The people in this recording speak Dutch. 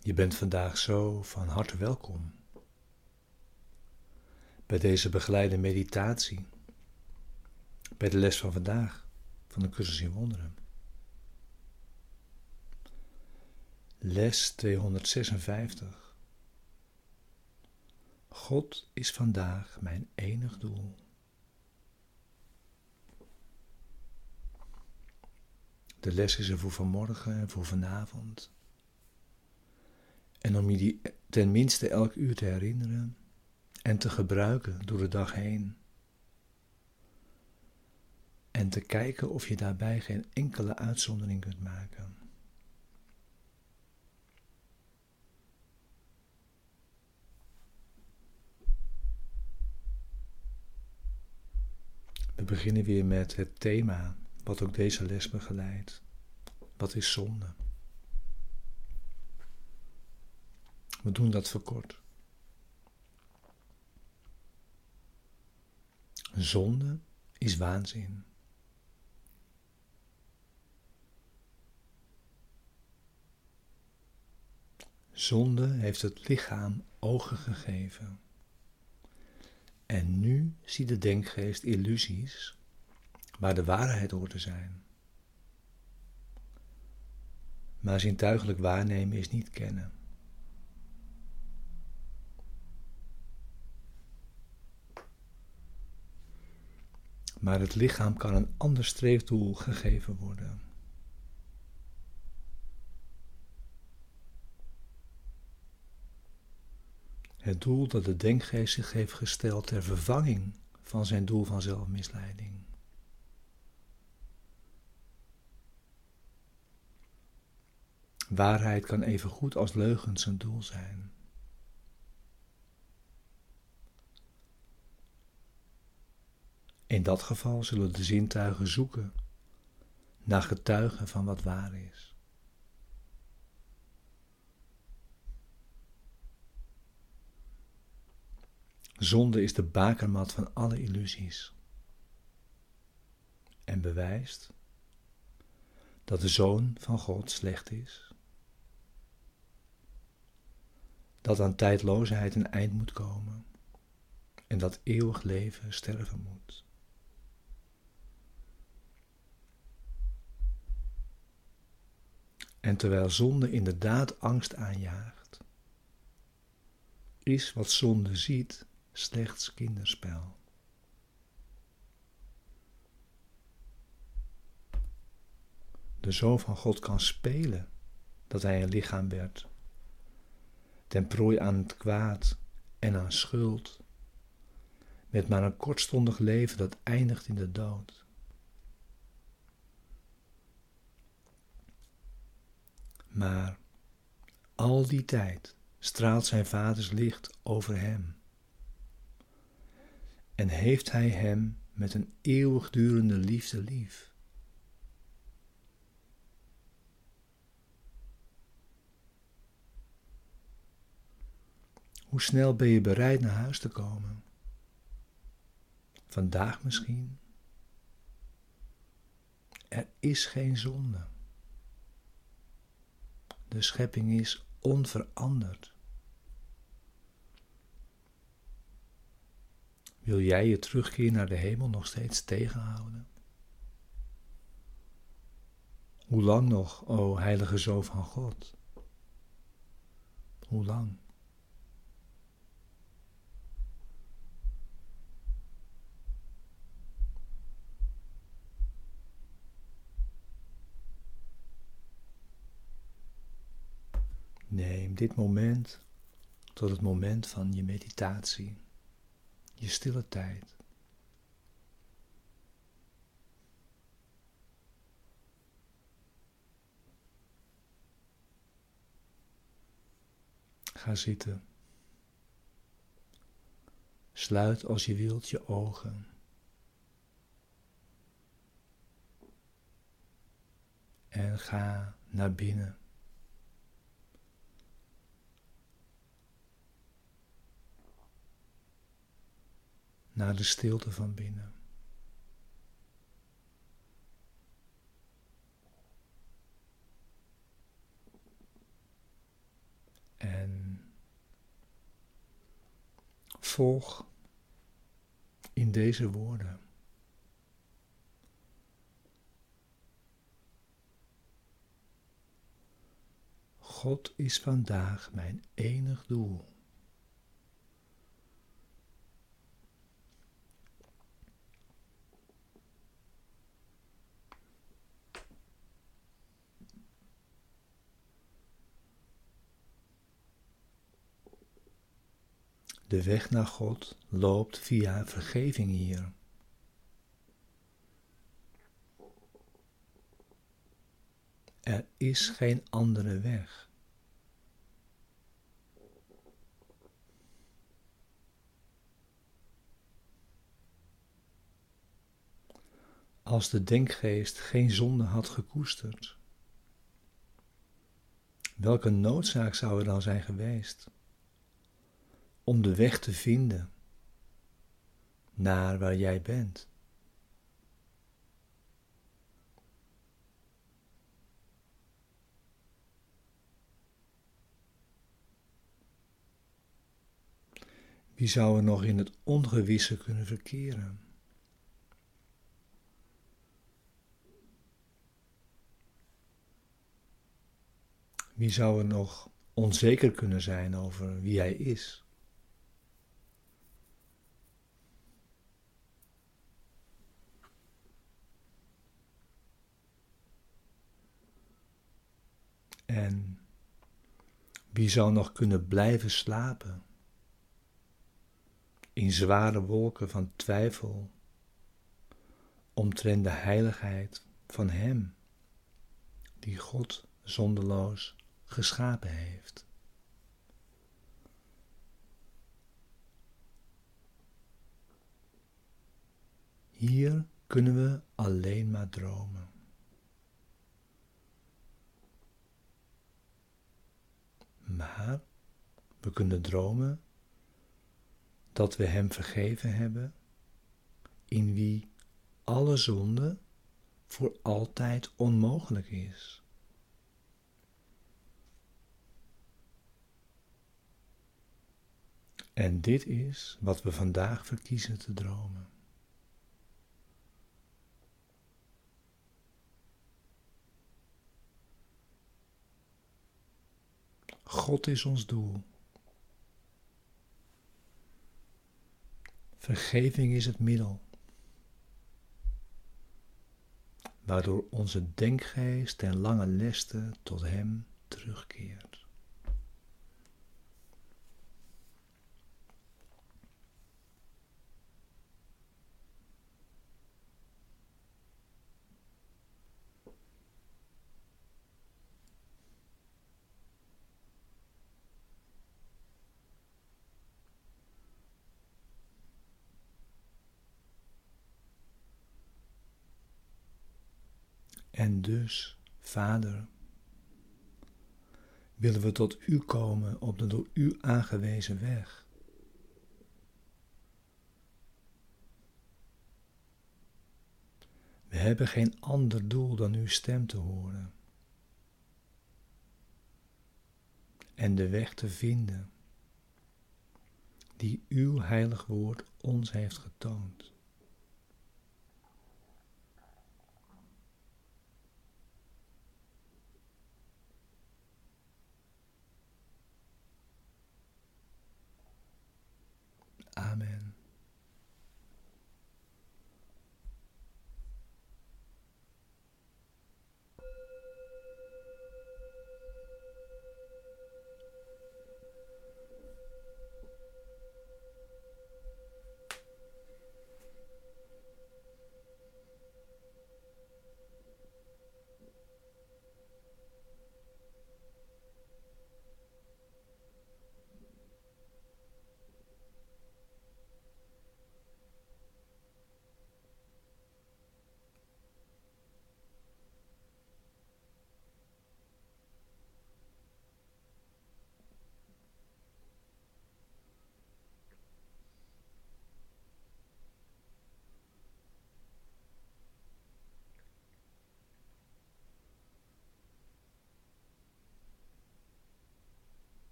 Je bent vandaag zo van harte welkom bij deze begeleide meditatie, bij de les van vandaag van de cursus in wonderen. Les 256. God is vandaag mijn enig doel. De les is er voor vanmorgen en voor vanavond. En om je die tenminste elk uur te herinneren en te gebruiken door de dag heen. En te kijken of je daarbij geen enkele uitzondering kunt maken. We beginnen weer met het thema wat ook deze les begeleidt. Wat is zonde? We doen dat verkort. Zonde is waanzin. Zonde heeft het lichaam ogen gegeven. En nu ziet de denkgeest illusies waar de waarheid hoort te zijn. Maar zintuigelijk waarnemen is niet kennen. Maar het lichaam kan een ander streefdoel gegeven worden. Het doel dat de denkgeest zich heeft gesteld ter vervanging van zijn doel van zelfmisleiding. Waarheid kan even goed als leugen zijn doel zijn. In dat geval zullen de zintuigen zoeken naar getuigen van wat waar is. Zonde is de bakermat van alle illusies en bewijst dat de Zoon van God slecht is, dat aan tijdloosheid een eind moet komen en dat eeuwig leven sterven moet. En terwijl zonde inderdaad angst aanjaagt, is wat zonde ziet slechts kinderspel. De Zoon van God kan spelen dat hij een lichaam werd, ten prooi aan het kwaad en aan schuld, met maar een kortstondig leven dat eindigt in de dood. Maar al die tijd straalt zijn vaders licht over hem en heeft hij hem met een eeuwigdurende liefde lief. Hoe snel ben je bereid naar huis te komen? Vandaag misschien? Er is geen zonde. De schepping is onveranderd. Wil jij je terugkeer naar de hemel nog steeds tegenhouden? Hoe lang nog, o heilige Zoon van God? Hoe lang? Neem dit moment tot het moment van je meditatie, je stille tijd. Ga zitten. Sluit als je wilt je ogen. En ga naar binnen. Naar de stilte van binnen. volg in deze woorden. God is vandaag mijn enig doel. De weg naar God loopt via vergeving hier. Er is geen andere weg. Als de denkgeest geen zonde had gekoesterd, welke noodzaak zou er dan zijn geweest om de weg te vinden naar waar jij bent? Wie zou er nog in het ongewisse kunnen verkeren? Wie zou er nog onzeker kunnen zijn over wie hij is? En wie zou nog kunnen blijven slapen in zware wolken van twijfel omtrent de heiligheid van Hem die God zonderloos geschapen heeft? Hier kunnen we alleen maar dromen. Maar we kunnen dromen dat we Hem vergeven hebben, in wie alle zonde voor altijd onmogelijk is. En dit is wat we vandaag verkiezen te dromen. God is ons doel. Vergeving is het middel, waardoor onze denkgeest ten lange leste tot Hem terugkeert. En dus, Vader, willen we tot U komen op de door U aangewezen weg. We hebben geen ander doel dan Uw stem te horen en de weg te vinden die Uw heilig woord ons heeft getoond. Amen.